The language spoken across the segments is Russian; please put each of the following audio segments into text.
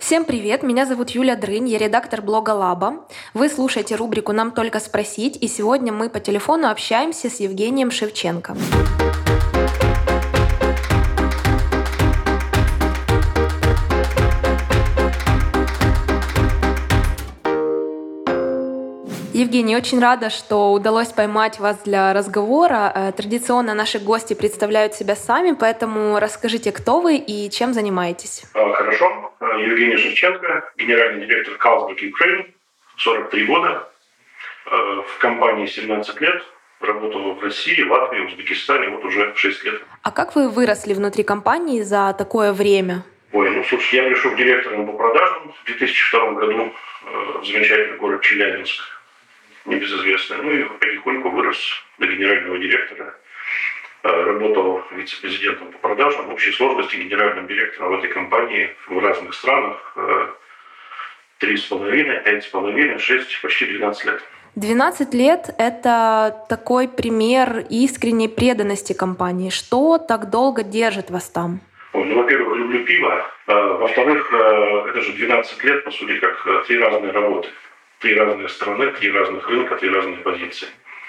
Всем привет, меня зовут Юля Дрынь, я редактор блога Лаба. Вы слушаете рубрику «Нам только спросить», и сегодня мы по телефону общаемся с Евгением Шевченко. Евгений, очень рада, что удалось поймать вас для разговора. Традиционно наши гости представляют себя сами, поэтому расскажите, кто вы и чем занимаетесь. Хорошо. Евгений Шевченко, генеральный директор Carlsberg Ukraine, 43 года. В компании 17 лет. Работал в России, Латвии, Узбекистане уже 6 лет. А как вы выросли внутри компании за такое время? Слушай, я пришел директором по продажам в 2002 году в замечательный город Челябинск, небезызвестный. И потихоньку вырос до генерального директора. Работал вице-президентом по продажам, в общей сложности генеральным директором в этой компании в разных странах 3,5, 5,5, 6, почти 12 лет. 12 лет — это такой пример искренней преданности компании. Что так долго держит вас там? Во-первых, люблю пиво. Во-вторых, это же 12 лет, по сути, как 3 разные работы. 3 разные страны, 3 разных рынка, 3 разные позиции.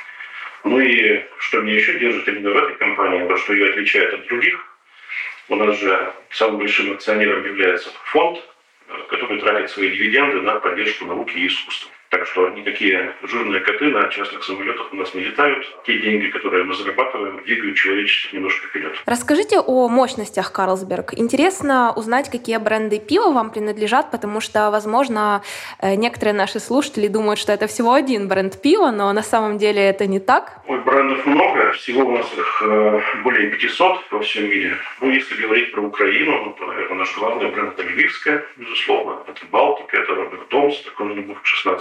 И что меня еще держит именно в этой компании, то, что ее отличает от других. У нас же самым большим акционером является фонд, который тратит свои дивиденды на поддержку науки и искусства. Так что никакие жирные коты на частных самолетах у нас не летают. Те деньги, которые мы зарабатываем, двигают человечество немножко вперед. Расскажите о мощностях Carlsberg. Интересно узнать, какие бренды пива вам принадлежат, потому что, возможно, некоторые наши слушатели думают, что это всего один бренд пива, но на самом деле это не так. Брендов много. Всего у нас их более 500 во всем мире. Если говорить про Украину, то, наверное, наш главный бренд — это Львивская, безусловно. Это Балтика, это Роберт Томс, это Кроненбург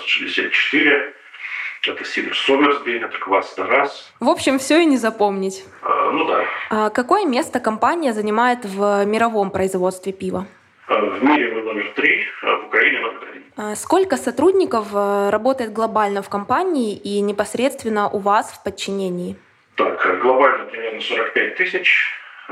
1664, это Сидр Сомерсби, это Квас Тарас. В общем, все и не запомнить. Да. Какое место компания занимает в мировом производстве пива? В мире мы номер 3, а в Украине номер 1. Сколько сотрудников работает глобально в компании и непосредственно у вас в подчинении? Глобально примерно 45 тысяч.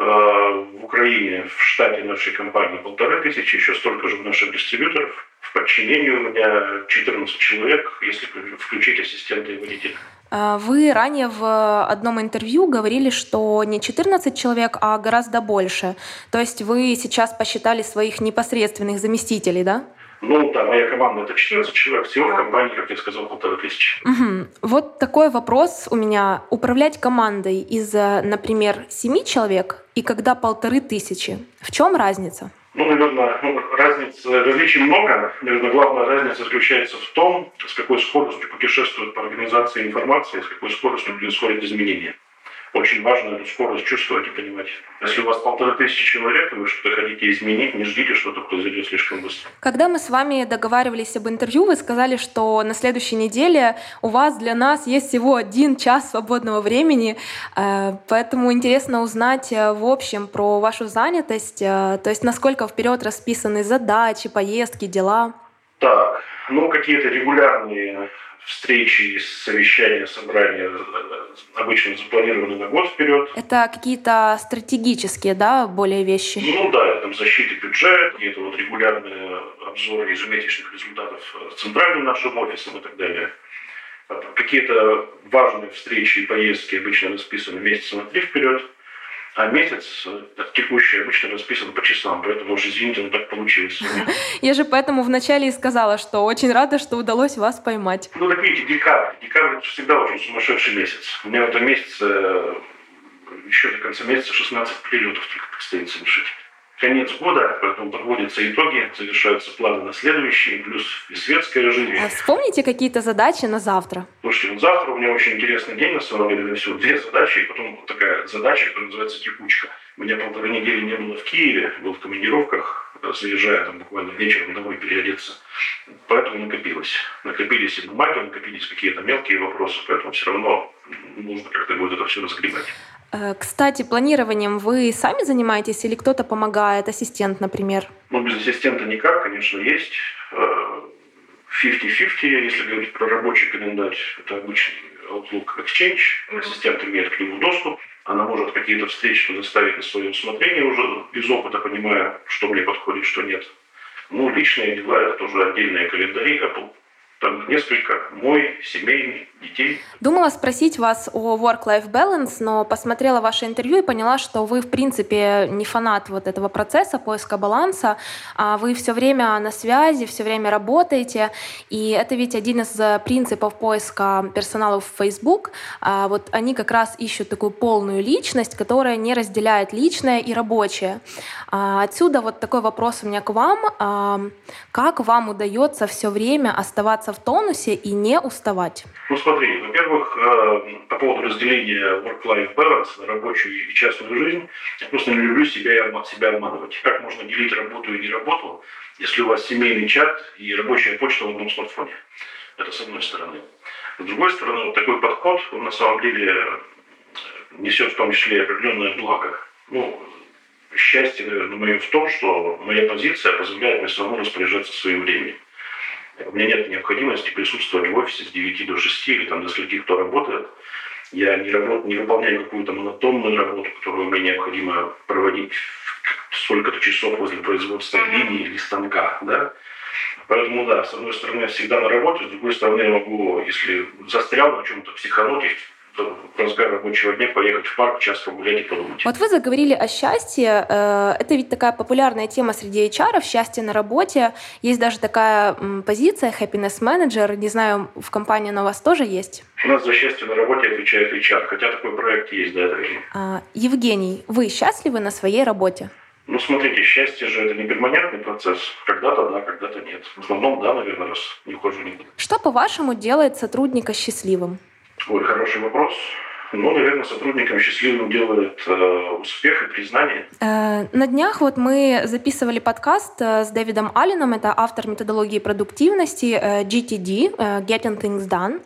В Украине в штате нашей компании 1500, еще столько же в наших дистрибьюторов. В подчинении у меня 14 человек, если включить ассистента и водителя. Вы ранее в одном интервью говорили, что не 14 человек, а гораздо больше. То есть вы сейчас посчитали своих непосредственных заместителей, да? Да, моя команда — это 14 человек, всего в компании, как я сказал, 1500. Угу. Вот такой вопрос у меня. Управлять командой из, например, 7 человек и когда 1500. В чем разница? Наверное, различий много. Наверное, главная разница заключается в том, с какой скоростью путешествует по организации информация, с какой скоростью происходят изменения. Очень важно эту скорость чувствовать и понимать. Если у вас 1500 человек, и вы что-то хотите изменить, не ждите, что это произойдет слишком быстро. Когда мы с вами договаривались об интервью, вы сказали, что на следующей неделе у вас для нас есть всего 1 час свободного времени. Поэтому интересно узнать в общем про вашу занятость, то есть насколько вперед расписаны задачи, поездки, дела. Какие-то регулярные встречи, совещания, собрания обычно запланированы на год вперед. Это какие-то стратегические, более вещи? Это защита бюджета, какие-то регулярные обзоры ежемесячных результатов центральным нашим офисом и так далее. Какие-то важные встречи и поездки обычно расписаны месяца на 3 вперед, а месяц текущий обычно расписан по часам, поэтому уж извините, но так получилось. Я же поэтому вначале и сказала, что очень рада, что удалось вас поймать. Так видите, декабрь. Декабрь — это всегда очень сумасшедший месяц. У меня в этом месяце, еще до конца месяца, 16 перелетов только предстоит совершить. Конец года, поэтому подводятся итоги, завершаются планы на следующий, плюс и светская жизнь. Вспомните какие-то задачи на завтра. Слушайте, завтра у меня очень интересный день, на самом деле, всего 2 задачи, и потом такая задача, которая называется текучка. У меня 1,5 недели не было в Киеве, был в командировках, заезжая буквально вечером домой переодеться. Поэтому накопились и бумаги, накопились какие-то мелкие вопросы, поэтому все равно нужно как-то будет это все разгребать. Кстати, планированием вы сами занимаетесь или кто-то помогает, ассистент, например? Без ассистента никак, конечно, есть. 50-50, если говорить про рабочий календарь, это обычный Outlook Exchange. Ассистент имеет к нему доступ. Она может какие-то встречи заставить на свое усмотрение, уже из опыта понимая, что мне подходит, что нет. Ну, личные дела – это тоже отдельные календари Apple. Там несколько. Мой, семейный, детей. Думала спросить вас о work-life balance, но посмотрела ваше интервью и поняла, что вы, в принципе, не фанат вот этого процесса поиска баланса, а вы все время на связи, все время работаете, и это ведь один из принципов поиска персонала в Facebook. Вот они как раз ищут такую полную личность, которая не разделяет личное и рабочее. Отсюда вот такой вопрос у меня к вам. Как вам удается все время оставаться в тонусе и не уставать? Ну, смотри, во-первых, по поводу разделения work-life balance на рабочую и частную жизнь, я просто не люблю себя обманывать. Как можно делить работу и не работу, если у вас семейный чат и рабочая почта в одном смартфоне? Это с одной стороны. С другой стороны, вот такой подход, он на самом деле несет в том числе определенное благо. Ну, счастье, наверное, мое в том, что моя позиция позволяет мне самому распоряжаться своим временем. У меня нет необходимости присутствовать в офисе с 9 до 6 или там, до скольки кто работает. Я не выполняю какую-то монотонную работу, которую мне необходимо проводить сколько-то часов возле производства линии или станка. Да? Поэтому, да, с одной стороны, я всегда на работе, с другой стороны, я могу, если застрял на чем-то психануть, в разгар рабочего дня поехать в парк, час погулять и подумать. Вот вы заговорили о счастье. Это ведь такая популярная тема среди HR, счастье на работе. Есть даже такая позиция happiness manager. Не знаю, в компании она у вас тоже есть? У нас за счастье на работе отвечает HR, хотя такой проект есть, да, это верно. Евгений, вы счастливы на своей работе? Ну, смотрите, счастье же это не перманентный процесс. Когда-то да, когда-то нет. В основном да, наверное, раз не ухожу никуда. Что, по-вашему, делает сотрудника счастливым? Ой, хороший вопрос. Ну, наверное, сотрудникам счастливым делает успех и признание. На днях вот мы записывали подкаст с Дэвидом Алленом, это автор методологии продуктивности GTD, Getting Things Done.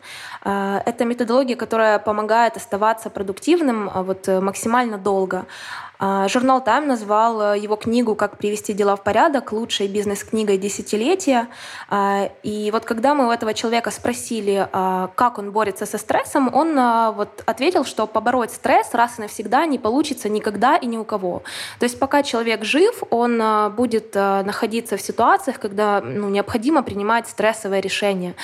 Это методология, которая помогает оставаться продуктивным вот, максимально долго. Журнал Time назвал его книгу «Как привести дела в порядок» лучшей бизнес-книгой десятилетия. И вот когда мы у этого человека спросили, как он борется со стрессом, он вот ответил, что побороть стресс раз и навсегда не получится никогда и ни у кого. То есть пока человек жив, он будет находиться в ситуациях, когда необходимо принимать стрессовые решения.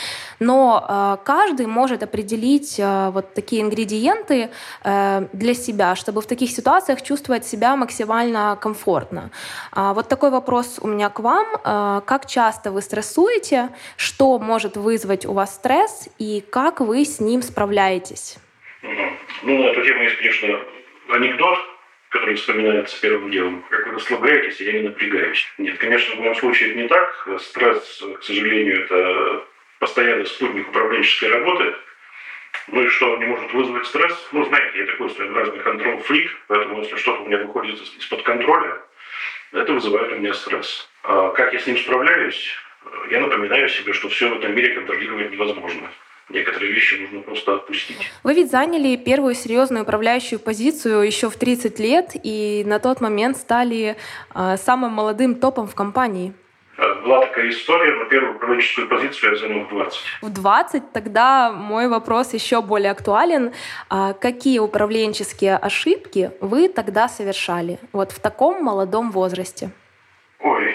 Но каждый может определить вот такие ингредиенты для себя, чтобы в таких ситуациях чувствовать себя максимально комфортно. Вот такой вопрос у меня к вам. Как часто вы стрессуете? Что может вызвать у вас стресс? И как вы с ним справляетесь? Ну, на эту тему есть, конечно, анекдот, который вспоминается первым делом. Как вы расслабляетесь, я не напрягаюсь. Нет, конечно, в моем случае это не так. Стресс, к сожалению, это постоянный спутник управленческой работы. Ну и что не может вызвать стресс? Ну, знаете, я такой своеобразный контрол-фрик, поэтому если что-то у меня выходит из-под контроля, это вызывает у меня стресс. А как я с ним справляюсь? Я напоминаю себе, что все в этом мире контролировать невозможно. Некоторые вещи нужно просто отпустить. Вы ведь заняли первую серьезную управляющую позицию еще в 30 лет и на тот момент стали самым молодым топом в компании. Была такая история, но первую управленческую позицию я занял в 20. В 20? Тогда мой вопрос еще более актуален. Какие управленческие ошибки вы тогда совершали вот в таком молодом возрасте? Ой,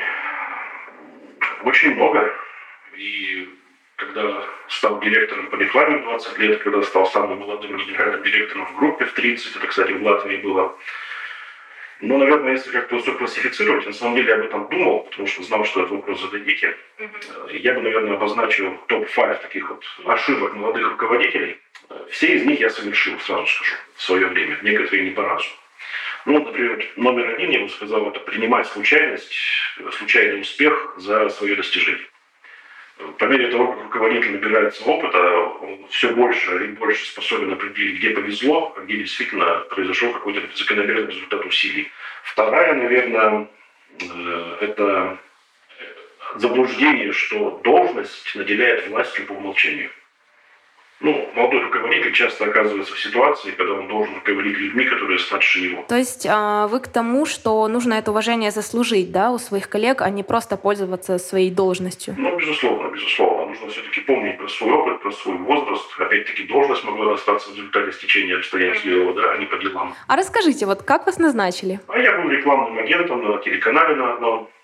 очень много. И когда стал директором по рекламе в 20 лет, когда стал самым молодым генеральным директором в группе в 30, это, кстати, в Латвии было. Ну, наверное, если как-то все классифицировать, на самом деле я об этом думал, потому что знал, что этот вопрос зададите. Я бы, наверное, обозначил топ-5 таких вот ошибок молодых руководителей. Все из них я совершил, сразу скажу, в свое время, некоторые не по разу. Ну, например, номер один, я бы сказал, это принимать случайность, случайный успех за свое достижение. По мере того, как руководитель набирается опыта, он все больше и больше способен определить, где повезло, а где действительно произошел какой-то закономерный результат усилий. Вторая, наверное, это заблуждение, что должность наделяет властью по умолчанию. Ну, молодой руководитель часто оказывается в ситуации, когда он должен руководить людьми, которые старше него. То есть вы к тому, что нужно это уважение заслужить, да, у своих коллег, а не просто пользоваться своей должностью? Ну, безусловно, безусловно. Нужно все-таки помнить про свой опыт, про свой возраст. Опять-таки, должность могла достаться в результате стечения обстоятельств, да, а не по делам. А расскажите, вот как вас назначили? А я был рекламным агентом на телеканале на одном.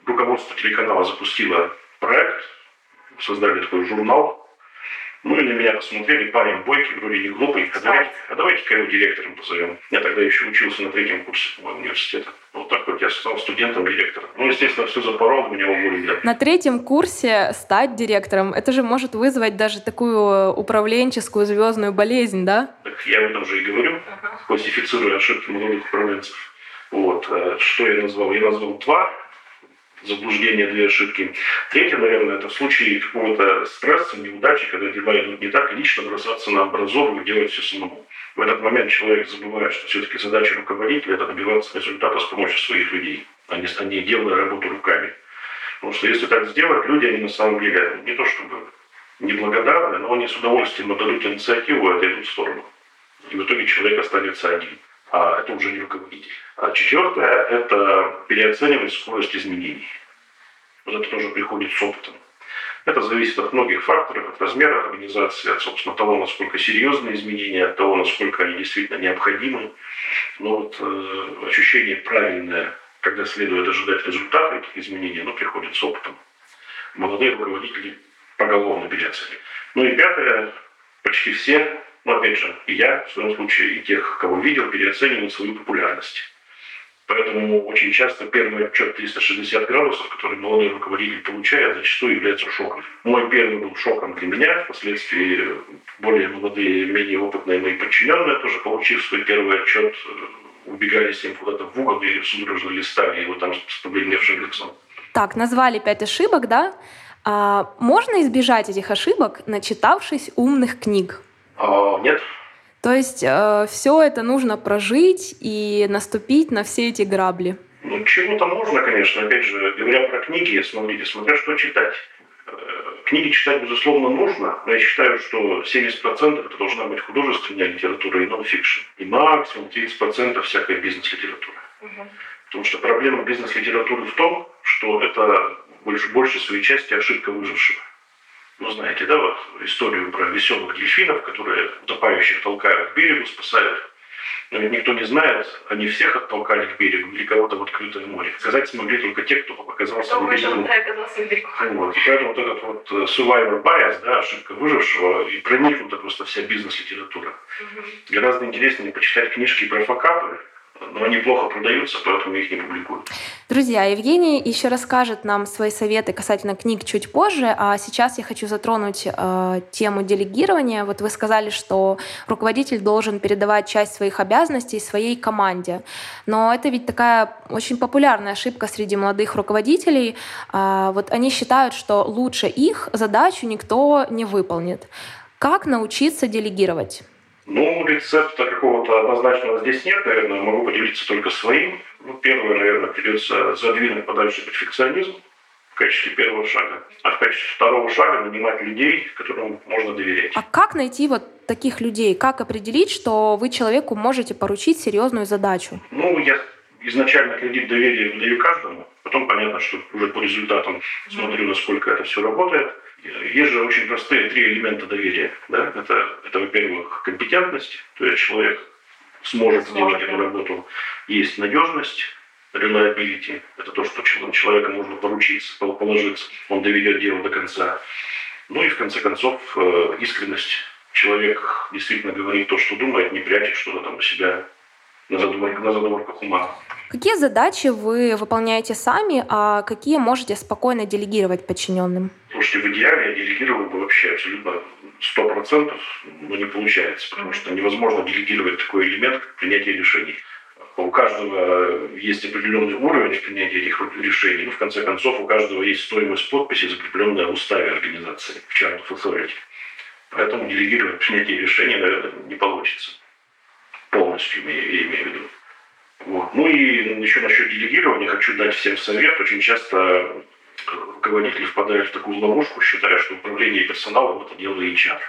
руководство телеканала запустило проект, создали такой журнал. Ну и на меня посмотрели, парень бойкий, вроде не глупый, давайте-ка его директором позовем. Я тогда еще учился на 3-м курсе университета. Вот так вот я стал студентом-директором. Ну, естественно, все запорол, меня уволили. На 3-м курсе стать директором, это же может вызвать даже такую управленческую звездную болезнь, да? Так я об этом же и говорю, классифицируя ошибки молодых управленцев. Вот. Что я назвал? Я назвал 2 заблуждения, 2 ошибки. 3, наверное, это в случае какого-то стресса, неудачи, когда дела идут не так, лично бросаться на амбразуру и делать все самому. В этот момент человек забывает, что все-таки задача руководителя – это добиваться результата с помощью своих людей, а не делая работу руками. Потому что если так сделать, люди, они на самом деле не то чтобы неблагодарны, но они с удовольствием отдадут инициативу и отойдут в сторону. И в итоге человек останется один. А это уже не руководитель. А 4 – это переоценивать скорость изменений. Вот это тоже приходит с опытом. Это зависит от многих факторов, от размера организации, от, собственно, того, насколько серьезные изменения, от того, насколько они действительно необходимы. Но вот ощущение правильное, когда следует ожидать результата этих изменений, оно приходит с опытом. Молодые руководители поголовно переоценивают. Ну и 5, почти все, но опять же, и я, в своем случае, и тех, кого видел, переоценивают свою популярность. Поэтому очень часто первый отчет 360 градусов, который молодой руководитель получает, зачастую является шоком. Мой первый был шоком для меня, впоследствии более молодые, менее опытные мои подчиненные, тоже получив свой первый отчет, убегали с ним куда-то в угол и судорожно листали его там с побледневшим лицом. Так, назвали 5 ошибок, да? Можно избежать этих ошибок, начитавшись умных книг? Нет. То есть все это нужно прожить и наступить на все эти грабли? Ну, чему-то можно, конечно. Опять же, говоря про книги, смотря что читать. Книги читать, безусловно, нужно, но я считаю, что 70% это должна быть художественная литература и нон-фикшн. И максимум 30% всякая бизнес-литература. Потому что проблема бизнес-литературы в том, что это больше своей части ошибка выжившего. Ну, знаете, да, вот историю про веселых дельфинов, которые утопающих толкают к берегу, спасают. Но ведь никто не знает, они всех оттолкали к берегу или кого-то в открытое море. Сказать смогли только те, кто оказался на берегу. Вот. И поэтому вот этот вот survivor bias, да, ошибка выжившего, и проникнута просто вся бизнес-литература. Гораздо интереснее почитать книжки про факапы, но они плохо продаются, поэтому их не публикуют. Друзья, Евгений еще расскажет нам свои советы касательно книг чуть позже, а сейчас я хочу затронуть тему делегирования. Вот вы сказали, что руководитель должен передавать часть своих обязанностей своей команде. Но это ведь такая очень популярная ошибка среди молодых руководителей. Вот они считают, что лучше их задачу никто не выполнит. Как научиться делегировать? Ну, рецепта какого-то однозначного здесь нет, наверное, могу поделиться только своим. Ну, первое, наверное, придется задвинуть подальше перфекционизм в качестве первого шага, а в качестве второго шага нанимать людей, которым можно доверять. А как найти вот таких людей? Как определить, что вы человеку можете поручить серьезную задачу? Ну, я изначально кредит доверия выдаю каждому, потом понятно, что уже по результатам смотрю, насколько это все работает. Есть же очень простые 3 элемента доверия. Да? Это, во-первых, компетентность, то есть человек сможет сделать эту работу. Есть надежность, reliability, это то, что человеку можно поручиться, положиться, он доведет дело до конца. Ну и в конце концов искренность. Человек действительно говорит то, что думает, не прячет что-то там у себя на задворках ума. Какие задачи вы выполняете сами, а какие можете спокойно делегировать подчиненным? Слушайте, в идеале я делегировал бы вообще абсолютно 100%, но не получается, потому что невозможно делегировать такой элемент, как принятие решений. У каждого есть определенный уровень принятия этих решений, но в конце концов у каждого есть стоимость подписи, закрепленная в уставе организации, в Chart of Authority. Поэтому делегировать принятие решений, наверное, не получится. Полностью я имею в виду. Вот. Ну и еще насчет делегирования хочу дать всем совет. Очень часто руководители впадают в такую ловушку, считая, что управление персоналом – это дело HR.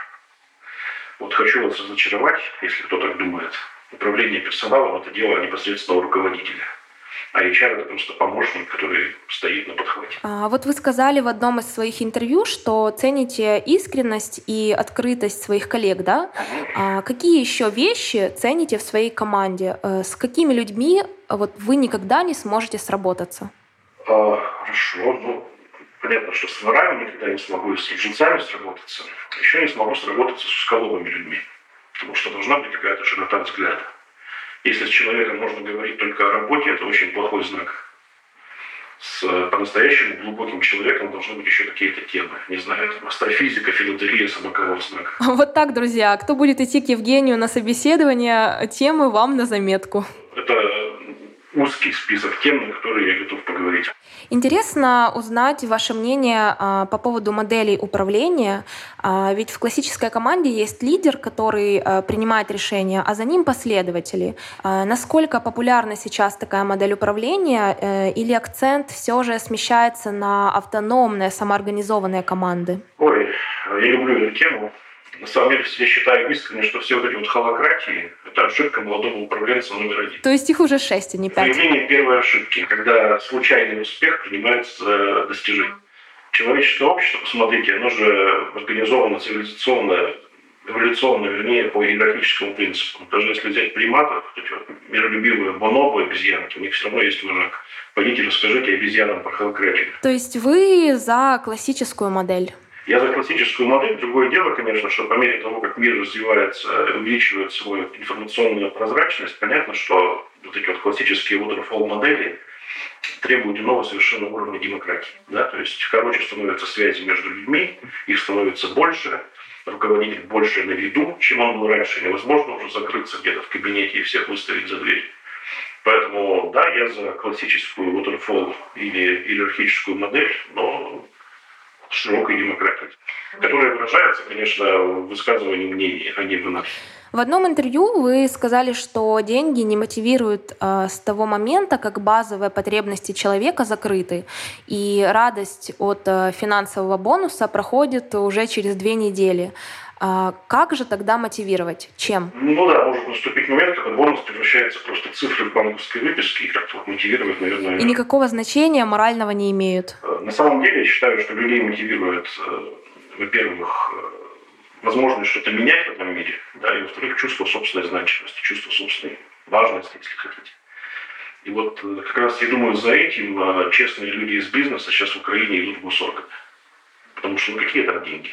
Вот хочу вас разочаровать, если кто так думает. Управление персоналом – это дело непосредственного руководителя. А HR – это просто помощник, который стоит на подхвате. Вот вы сказали в одном из своих интервью, что цените искренность и открытость своих коллег, да? Какие еще вещи цените в своей команде? С какими людьми вот вы никогда не сможете сработаться? Хорошо. Ну, понятно, что с ворами никогда не смогу и с лжецами сработаться. Еще не смогу сработаться с узколобыми людьми. Потому что должна быть какая-то широта взгляда. Если с человеком можно говорить только о работе, это очень плохой знак. С по-настоящему глубоким человеком должны быть еще какие-то темы. Не знаю, там, астрофизика, филателия, самокового знака. Вот так, друзья. Кто будет идти к Евгению на собеседование, темы вам на заметку. Это узкий список тем, на которые я готов поговорить. Интересно узнать ваше мнение по поводу моделей управления. Ведь в классической команде есть лидер, который принимает решения, а за ним последователи. Насколько популярна сейчас такая модель управления, или акцент все же смещается на автономные, самоорганизованные команды? Ой, я люблю эту тему. На самом деле, я считаю искренне, что все вот эти вот холократии – это ошибка молодого управленца номер 1. То есть их уже 6, а не 5? Проявление первой ошибки, когда случайный успех принимается за достижение. Человеческое общество, посмотрите, оно же организовано цивилизационно, эволюционно, вернее, по иерархическому принципу. Даже если взять приматов, эти вот миролюбивые бонобо, обезьянки, у них все равно есть вожак. Пойдите, расскажите обезьянам про холократию. То есть вы за классическую модель? Я за классическую модель. Другое дело, конечно, что по мере того, как мир развивается, увеличивает свою информационную прозрачность, понятно, что вот эти вот классические waterfall модели требуют иного совершенно уровня демократии. Да? То есть короче становятся связи между людьми, их становится больше, руководитель больше на виду, чем он был раньше. Невозможно уже закрыться где-то в кабинете и всех выставить за дверь. Поэтому, да, я за классическую waterfall или иерархическую модель, но широкой демократии, которая выражается, конечно, в высказывании мнений, а не в инакше. В одном интервью вы сказали, что деньги не мотивируют с того момента, как базовые потребности человека закрыты, и радость от финансового бонуса проходит уже через 2 недели. Как же тогда мотивировать? Чем? Ну да, может наступить момент, когда бонус превращается просто в цифры в банковской выписке, и как-то вот мотивировать, наверное... И никакого значения морального не имеют. На самом деле, я считаю, что людей мотивирует, во-первых, возможность что-то менять в этом мире, да, и, во-вторых, чувство собственной значимости, чувство собственной важности, если хотите. И вот как раз, я думаю, за этим честные люди из бизнеса сейчас в Украине идут в госорганы. Потому что какие там деньги?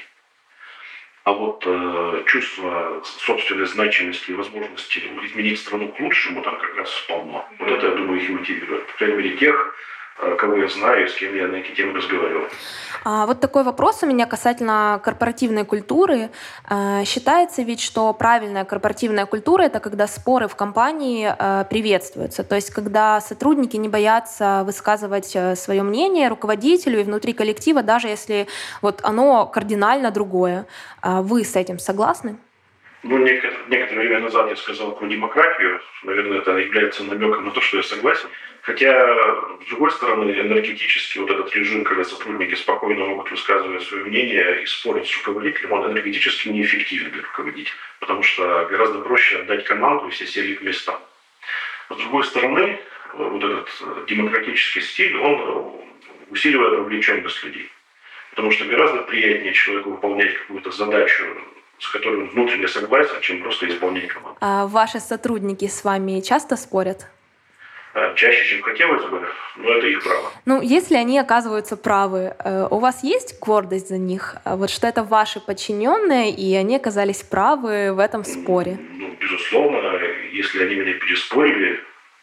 А вот чувство собственной значимости и возможности изменить страну к лучшему там как раз полно. Вот это, я думаю, их мотивирует. По крайней мере, тех, кого я знаю, с кем я на эти темы разговаривал. Вот такой вопрос у меня касательно корпоративной культуры. Считается ведь, что правильная корпоративная культура — это когда споры в компании приветствуются. То есть когда сотрудники не боятся высказывать свое мнение руководителю и внутри коллектива, даже если вот оно кардинально другое. Вы с этим согласны? Ну, некоторое время назад я сказал про демократию. Наверное, это является намеком на то, что я согласен. Хотя, с другой стороны, энергетически вот этот режим, когда сотрудники спокойно могут высказывать свое мнение и спорить с руководителем, он энергетически неэффективен для руководителя. Потому что гораздо проще отдать команду, и все сели к местам. С другой стороны, вот этот демократический стиль, он усиливает вовлеченность людей. Потому что гораздо приятнее человеку выполнять какую-то задачу, с которой он внутренне согласен, чем просто исполнять команду. А ваши сотрудники с вами часто спорят? Чаще, чем хотелось бы, но это их право. Ну, если они оказываются правы, у вас есть гордость за них? Вот что это ваши подчиненные, и они оказались правы в этом споре? Ну, безусловно, если они меня переспорили,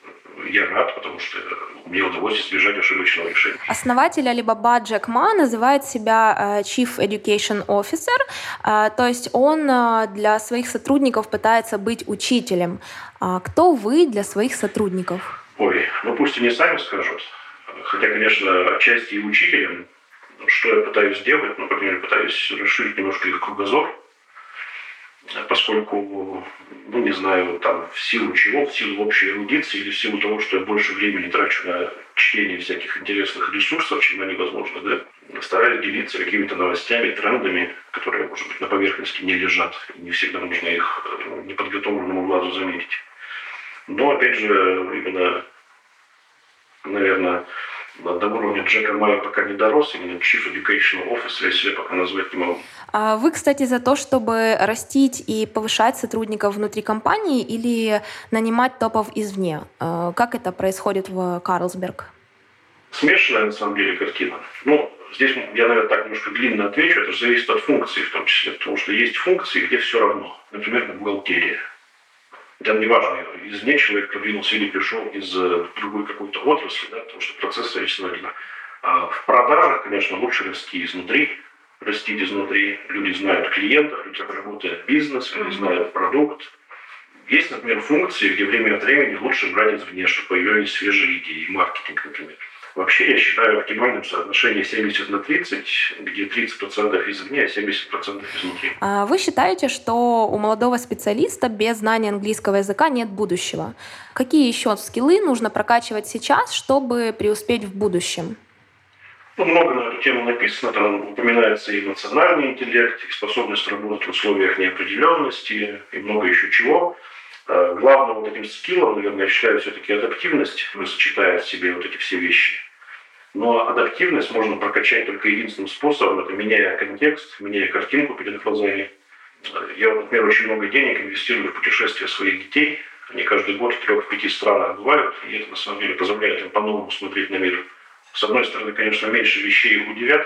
я рад, потому что мне удалось избежать ошибочного решения. Основатель Alibaba Джек Ма называет себя Chief Education Officer, то есть он для своих сотрудников пытается быть учителем. Кто вы для своих сотрудников? Ой, ну пусть они сами скажут. Хотя, конечно, отчасти и учителем. Что я пытаюсь сделать? Ну, по крайней мере, пытаюсь расширить немножко их кругозор. Поскольку, ну, не знаю, там, в силу чего, в силу общей эрудиции или в силу того, что я больше времени трачу на чтение всяких интересных ресурсов, чем они возможно, да, стараюсь делиться какими-то новостями, трендами, которые, может быть, на поверхности не лежат. Не всегда нужно их неподготовленному глазу заметить. Но, опять же, именно, наверное, до уровня Джека Ма я пока не дорос, именно Chief Education Officer я себя пока назвать не могу. Вы, кстати, за то, чтобы растить и повышать сотрудников внутри компании или нанимать топов извне? Как это происходит в Carlsberg? смешанная на самом деле картина. Ну, здесь я, наверное, так немножко длинно отвечу. Это же зависит от функции в том числе. Потому что есть функции, где все равно. Например, бухгалтерия. Там неважно, из нее человек продвинулся или пришел из другой какой-то отрасли, да, потому что процесс зависит от этого. А в продажах, конечно, лучше расти изнутри. Растить изнутри. Люди знают клиентов, люди, как работает бизнес, люди знают продукт. Есть, например, функции, где время от времени лучше брать извне, чтобы появились свежие идеи, маркетинг, например. Вообще, я считаю оптимальным соотношение 70/30, где 30% извне, а 70% изнутри. А вы считаете, что у молодого специалиста без знания английского языка нет будущего? Какие еще скиллы нужно прокачивать сейчас, чтобы преуспеть в будущем? Ну, много на эту тему написано, там упоминается и эмоциональный интеллект, и способность работать в условиях неопределенности, и много еще чего. Главным вот этим скиллом, наверное, я считаю все-таки адаптивность, которая сочетает в себе вот эти все вещи. Но адаптивность можно прокачать только единственным способом, это меняя контекст, меняя картинку перед глазами. Я, например, очень много денег инвестирую в путешествия своих детей. Они каждый год в 3-5 странах бывают, и это на самом деле позволяет им по-новому смотреть на мир. С одной стороны, конечно, меньше вещей их удивят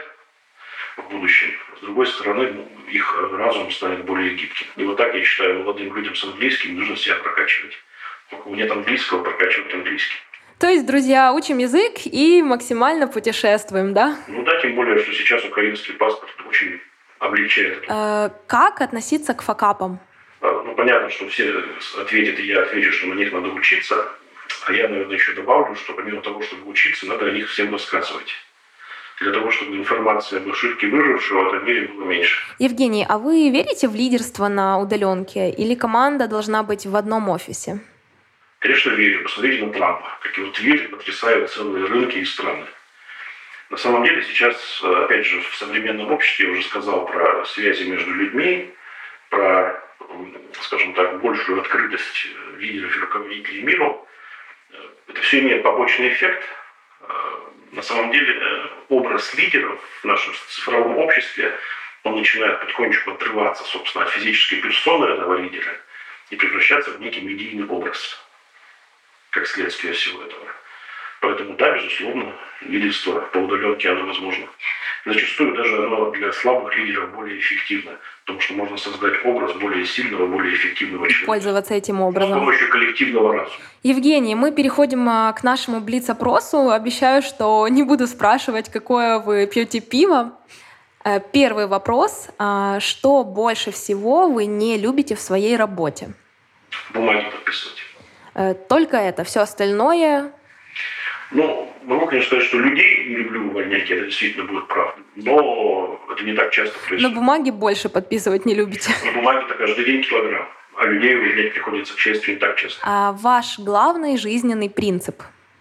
в будущем. С другой стороны, их разум станет более гибким. И вот так, я считаю, молодым людям с английским нужно себя прокачивать. Только нет английского, прокачивать английский. То есть, друзья, учим язык и максимально путешествуем, да? Ну да, тем более, что сейчас украинский паспорт очень облегчает это. Как относиться к факапам? Ну, понятно, что все ответят, и я отвечу, что на них надо учиться. А я, наверное, еще добавлю, что помимо того, чтобы учиться, надо о них всем рассказывать. Для того, чтобы информация об ошибке выжившего в этом мире было меньше. Евгений, а вы верите в лидерство на удаленке? Или команда должна быть в одном офисе? Конечно, верю. Посмотрите на Трампа. Как его твиты потрясают целые рынки и страны. На самом деле сейчас, опять же, в современном обществе, я уже сказал про связи между людьми, про, скажем так, большую открытость лидеров и руководителей миру. Это все имеет побочный эффект. На самом деле образ лидеров в нашем цифровом обществе, он начинает потихонечку отрываться, собственно, от физической персоны этого лидера и превращаться в некий медийный образ, как следствие всего этого. Поэтому, да, безусловно, лидерство по удаленке, оно возможно. Зачастую даже оно для слабых лидеров более эффективно, потому что можно создать образ более сильного, более эффективного человека. Пользоваться этим образом. С помощью коллективного разума. Евгений, мы переходим к нашему блиц-опросу. Обещаю, что не буду спрашивать, какое вы пьете пиво. Первый вопрос. Что больше всего вы не любите в своей работе? Бумаги подписывать. Только это. Все остальное... Ну, могу, конечно, сказать, что людей не люблю увольнять, это действительно будет правда. Но это не так часто происходит. На бумаге больше подписывать не любите. На бумаге-то каждый день килограмм. А людей увольнять приходится, к счастью, не так часто. А ваш главный жизненный принцип?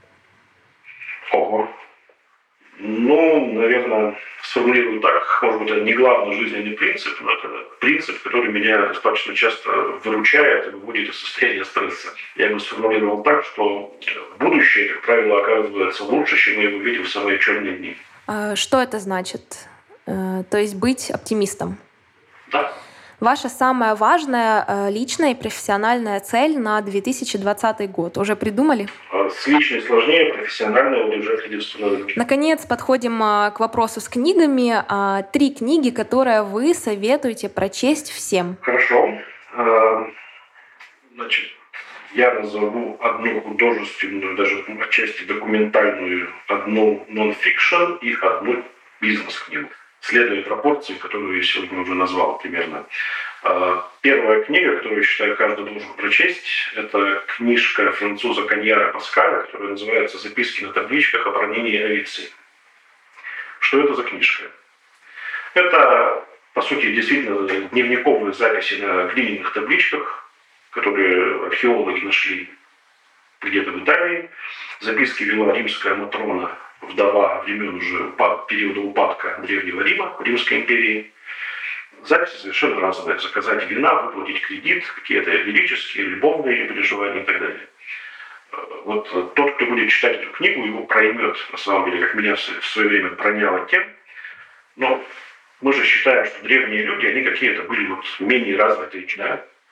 Ого. Ну, наверное, сформулирую так. Может быть, это не главный жизненный принцип, но это принцип, который меня достаточно часто выручает и выводит из состояния стресса. Я бы сформулировал так, что будущее, как правило, оказывается лучше, чем мы его видим в самые черные дни. Что это значит? То есть быть оптимистом? Да. Ваша самая важная личная и профессиональная цель на 2020 год уже придумали? С личной сложнее, профессиональной удержать лидерство на рынке. Наконец, подходим к вопросу с книгами. 3 книги, которые вы советуете прочесть всем. Хорошо. Значит, я назову одну художественную, даже отчасти документальную, одну нон-фикшн и одну бизнес-книгу. Следуя пропорции, которую я сегодня уже назвал примерно. Первая книга, которую, я считаю, каждый должен прочесть, это книжка француза Каньяра Паскаля, которая называется «Записки на табличках о бронении овецы». Что это за книжка? Это, по сути, действительно дневниковые записи на глиняных табличках, которые археологи нашли где-то в Италии. Записки вела римская матрона, вдова времен уже периода упадка Древнего Рима, Римской империи. Записи совершенно разные. Заказать вина, выплатить кредит, какие-то лирические, любовные переживания и так далее. Вот тот, кто будет читать эту книгу, его проймет, на самом деле, как меня в свое время проняло тем. Но мы же считаем, что древние люди, они какие-то были вот менее развитые, да?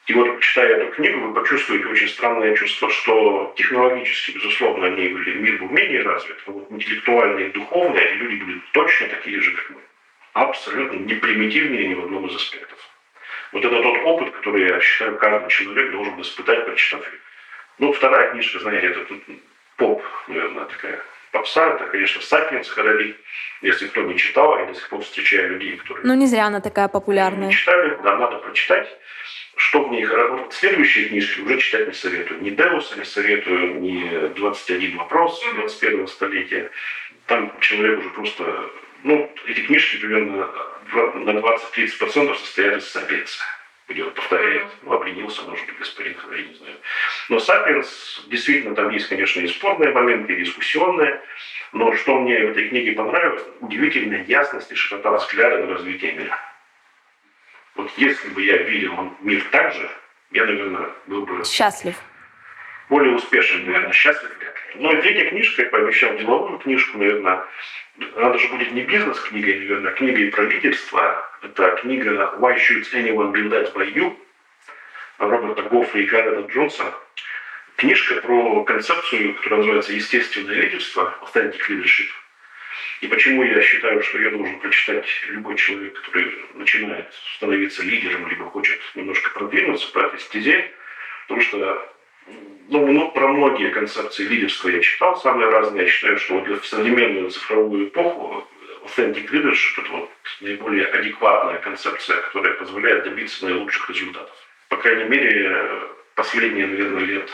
И вот, читая эту книгу, вы почувствуете очень странное чувство, что технологически, безусловно, мир был менее развит, но вот интеллектуально и духовно эти люди были точно такие же, как мы. Абсолютно не примитивнее ни в одном из аспектов. Вот это тот опыт, который, я считаю, каждый человек должен испытать, прочитав ее. Ну, вторая книжка, знаете, это тут поп, наверное, такая попса. Это, конечно, «Сапиенс» Харари. Если кто не читал, я до сих пор встречаю людей, которые... Ну, не зря она такая популярная. Не читали, да, надо прочитать. Что в ней хорошо. Вот следующие книжки уже читать не советую. Ни Деуса не советую, ни 21 вопрос 21 столетия. Там человек уже просто... Ну, эти книжки примерно на 20-30% состоят из «Сапиенса», где он повторяет. Ну, обленился, может быть, господин Харари, не знаю. Но «Сапиенс», действительно, там есть, конечно, и спорные моменты, и дискуссионные. Но что мне в этой книге понравилось, удивительная ясность и широта взгляда на развитие мира. Вот если бы я видел мир так же, я, наверное, был бы... Счастлив. Более успешен, наверное, счастлив. Но третья книжка, я пообещал деловую книжку, наверное, она даже будет не бизнес-книгой, наверное, а книгой про лидерство. Это книга «Why should anyone be led by you?» Роберта Гоффри и Гаррета Джонса. Книжка про концепцию, которая называется «Естественное лидерство», authentic leadership. И почему я считаю, что я должен прочитать любой человек, который начинает становиться лидером, либо хочет немножко продвинуться по этой стезе, потому что про многие концепции лидерства я читал, самые разные. Я считаю, что вот в современную цифровую эпоху authentic leadership – это вот наиболее адекватная концепция, которая позволяет добиться наилучших результатов. По крайней мере, последние, наверное, лет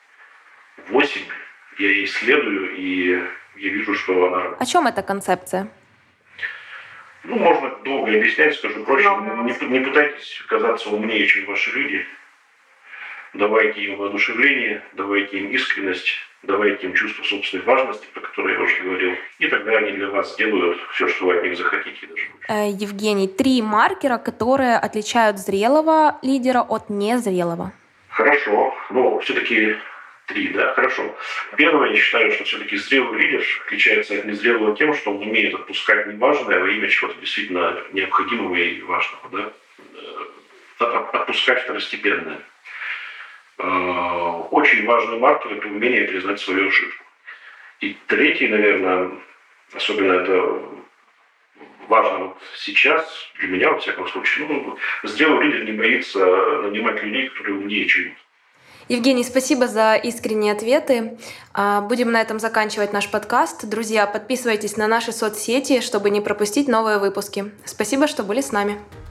8 я ей исследую, и я вижу, что она... О чем эта концепция? Можно долго объяснять, скажу проще. Не пытайтесь казаться умнее, чем ваши люди. Давайте им воодушевление, давайте им искренность, давайте им чувство собственной важности, про которое я уже говорил. И тогда они для вас сделают все, что вы от них захотите. Даже. Евгений, 3 маркера, которые отличают зрелого лидера от незрелого. Хорошо. Все-таки 3, да? Хорошо. Первое, я считаю, что все-таки зрелый лидер отличается от незрелого тем, что он умеет отпускать неважное во имя чего-то действительно необходимого и важного. Да? Отпускать второстепенное. Очень важный маркер – это умение признать свою ошибку. И третий, наверное, особенно это важно сейчас, для меня, во всяком случае, зрелый лидер не боится нанимать людей, которые умнее, чем он. Евгений, спасибо за искренние ответы. Будем на этом заканчивать наш подкаст. Друзья, подписывайтесь на наши соцсети, чтобы не пропустить новые выпуски. Спасибо, что были с нами.